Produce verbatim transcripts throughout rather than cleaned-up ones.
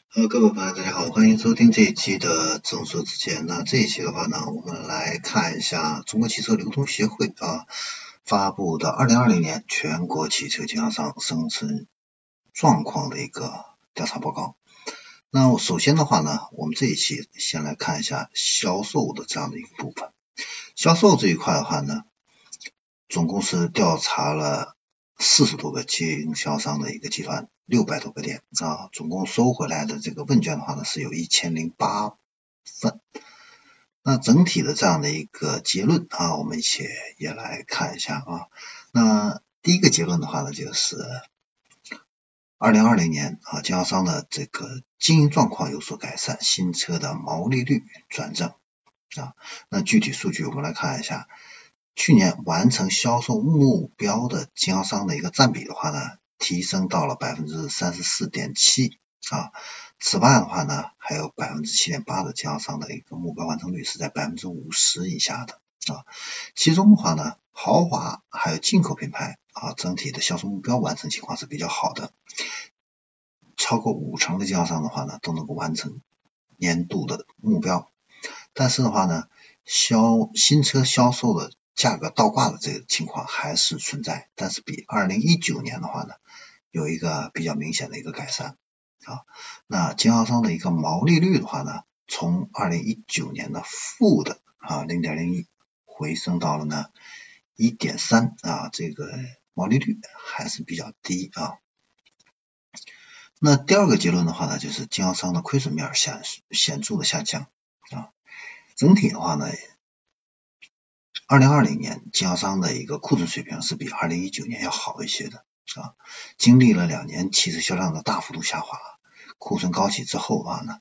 呃，各位朋友，大家好，欢迎收听这一期的众说之见。那这一期的话呢，我们来看一下中国汽车流通协会啊发布的二零二零年全国汽车经销商生存状况的一个调查报告。那首先的话呢，我们这一期先来看一下销售的这样的一个部分。销售这一块的话呢，总共是调查了四十多个经销商的一个集团，六百多个店啊，总共收回来的这个问卷的话呢，是有一千零八份。那整体的这样的一个结论啊，我们一起也来看一下啊。那第一个结论的话呢，就是二零二零年啊，经销商的这个经营状况有所改善，新车的毛利率转正啊。那具体数据我们来看一下。去年完成销售目标的经销商的一个占比的话呢，提升到了 百分之三十四点七 啊。此外的话呢，还有 百分之七点八 的经销商的一个目标完成率是在 百分之五十 以下的啊。其中的话呢，豪华还有进口品牌啊，整体的销售目标完成情况是比较好的，超过五成的经销商的话呢，都能够完成年度的目标。但是的话呢，销新车销售的价格倒挂的这个情况还是存在，但是比二零一九年的话呢，有一个比较明显的一个改善啊。那经销商的一个毛利率的话呢，从二零一九年的负的啊 零点零一 回升到了呢 一点三 啊，这个毛利率还是比较低啊。那第二个结论的话呢，就是经销商的亏损面显显著的下降啊。整体的话呢，二零二零年经销商的一个库存水平是比二零一九年要好一些的啊。经历了两年汽车销量的大幅度下滑，库存高企之后的话呢，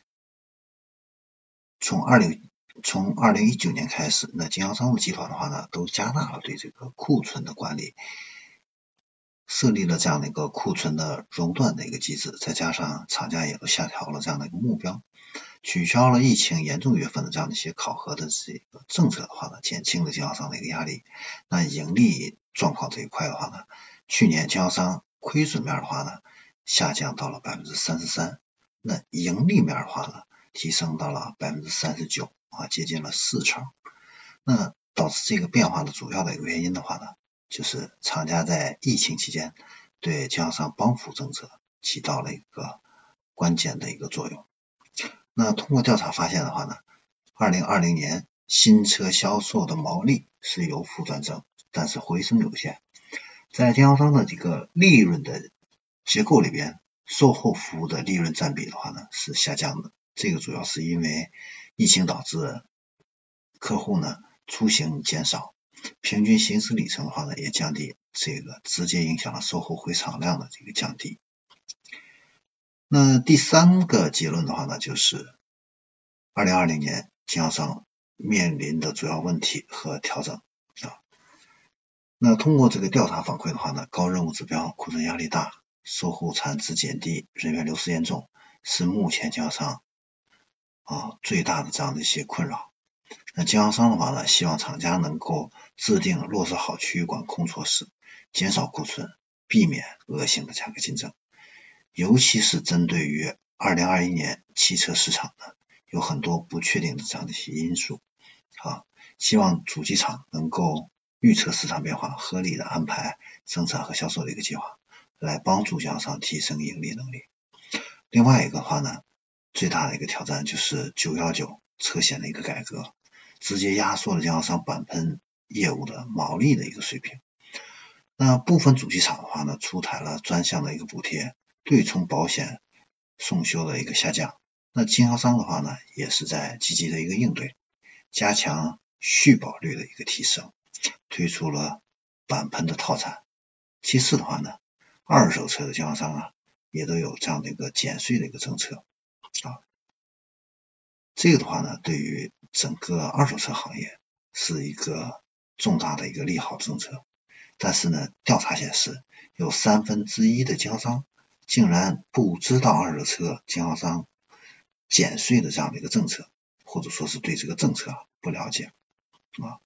从二零从二零一九年开始，那经销商的集团的话呢，都加大了对这个库存的管理，设立了这样的一个库存的熔断的一个机制，再加上厂家也都下调了这样的一个目标，取消了疫情严重月份的这样的一些考核的这个政策的话呢，减轻了经销商的一个压力。那盈利状况这一块的话呢，去年经销商亏损面的话呢，下降到了 百分之三十三， 那盈利面的话呢，提升到了 百分之三十九 啊，接近了四成。那导致这个变化的主要的一个原因的话呢，就是厂家在疫情期间对经销商帮扶政策起到了一个关键的一个作用。那通过调查发现的话呢，二零二零年新车销售的毛利是由负转正，但是回升有限。在经销商的这个利润的结构里边，售后服务的利润占比的话呢是下降的，这个主要是因为疫情导致客户呢出行减少，平均行驶里程的话呢也降低，这个直接影响了售后回厂量的这个降低。那第三个结论的话呢，就是二零二零年经销商面临的主要问题和调整啊。那通过这个调查反馈的话呢，高任务指标、库存压力大、售后产值减低、人员流失严重，是目前经销商啊最大的这样的一些困扰。那经销商的话呢，希望厂家能够制定落实好区域管控措施，减少库存，避免恶性的价格竞争。尤其是针对于二零二一年汽车市场呢，有很多不确定的这样的一些因素啊，希望主机厂能够预测市场变化，合理的安排生产和销售的一个计划，来帮助经销商提升盈利能力。另外一个的话呢，最大的一个挑战就是九一九车险的一个改革，直接压缩了经销商板喷业务的毛利的一个水平。那部分主机厂的话呢，出台了专项的一个补贴，对冲保险送修的一个下降。那经销商的话呢，也是在积极的一个应对，加强续保率的一个提升，推出了板喷的套餐。其次的话呢，二手车的经销商啊，也都有这样的一个减税的一个政策啊。这个的话呢，对于整个二手车行业是一个重大的一个利好政策。但是呢，调查显示有三分之一的经销商竟然不知道二手车经销商减税的这样的一个政策，或者说是对这个政策不了解啊。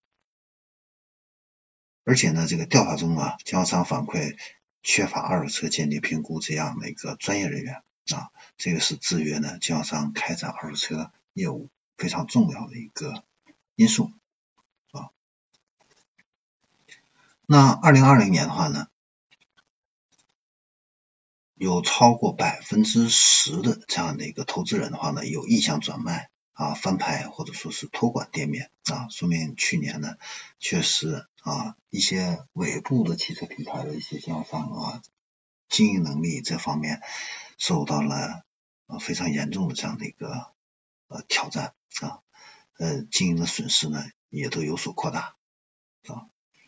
而且呢，这个调查中啊，经销商反馈缺乏二手车鉴定评估这样的一个专业人员啊，这个是制约呢经销商开展二手车业务非常重要的一个因素啊。那二零二零年的话呢，有超过百分之十的这样的一个投资人的话呢，有意向转卖啊、翻牌或者说是托管店面啊，说明去年呢确实啊一些尾部的汽车品牌的一些经销商啊，经营能力这方面受到了呃非常严重的这样的一个呃挑战啊，呃经营的损失呢也都有所扩大啊。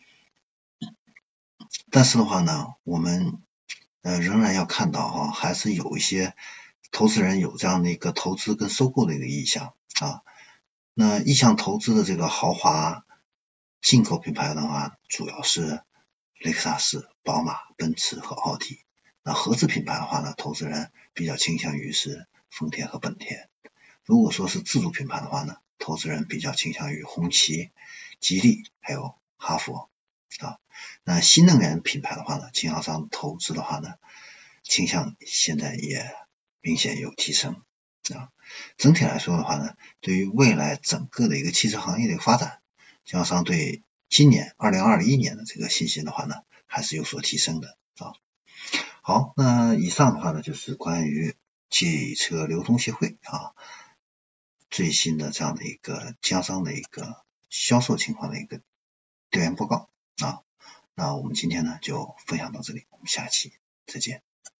但是的话呢，我们呃仍然要看到哈、啊，还是有一些投资人有这样的一个投资跟收购的一个意向啊。那意向投资的这个豪华进口品牌的话，主要是雷克萨斯、宝马、奔驰和奥迪。那合资品牌的话呢，投资人比较倾向于是丰田和本田。如果说是自主品牌的话呢，投资人比较倾向于红旗、吉利还有哈弗啊。那新能源品牌的话呢，经销商投资的话呢，倾向现在也明显有提升啊。整体来说的话呢，对于未来整个的一个汽车行业的发展，经销商对今年二零二一年的这个信心的话呢，还是有所提升的啊。好，那以上的话呢，就是关于汽车流通协会啊最新的这样的一个经销商的一个销售情况的一个调研报告啊。那我们今天呢就分享到这里，我们下期再见。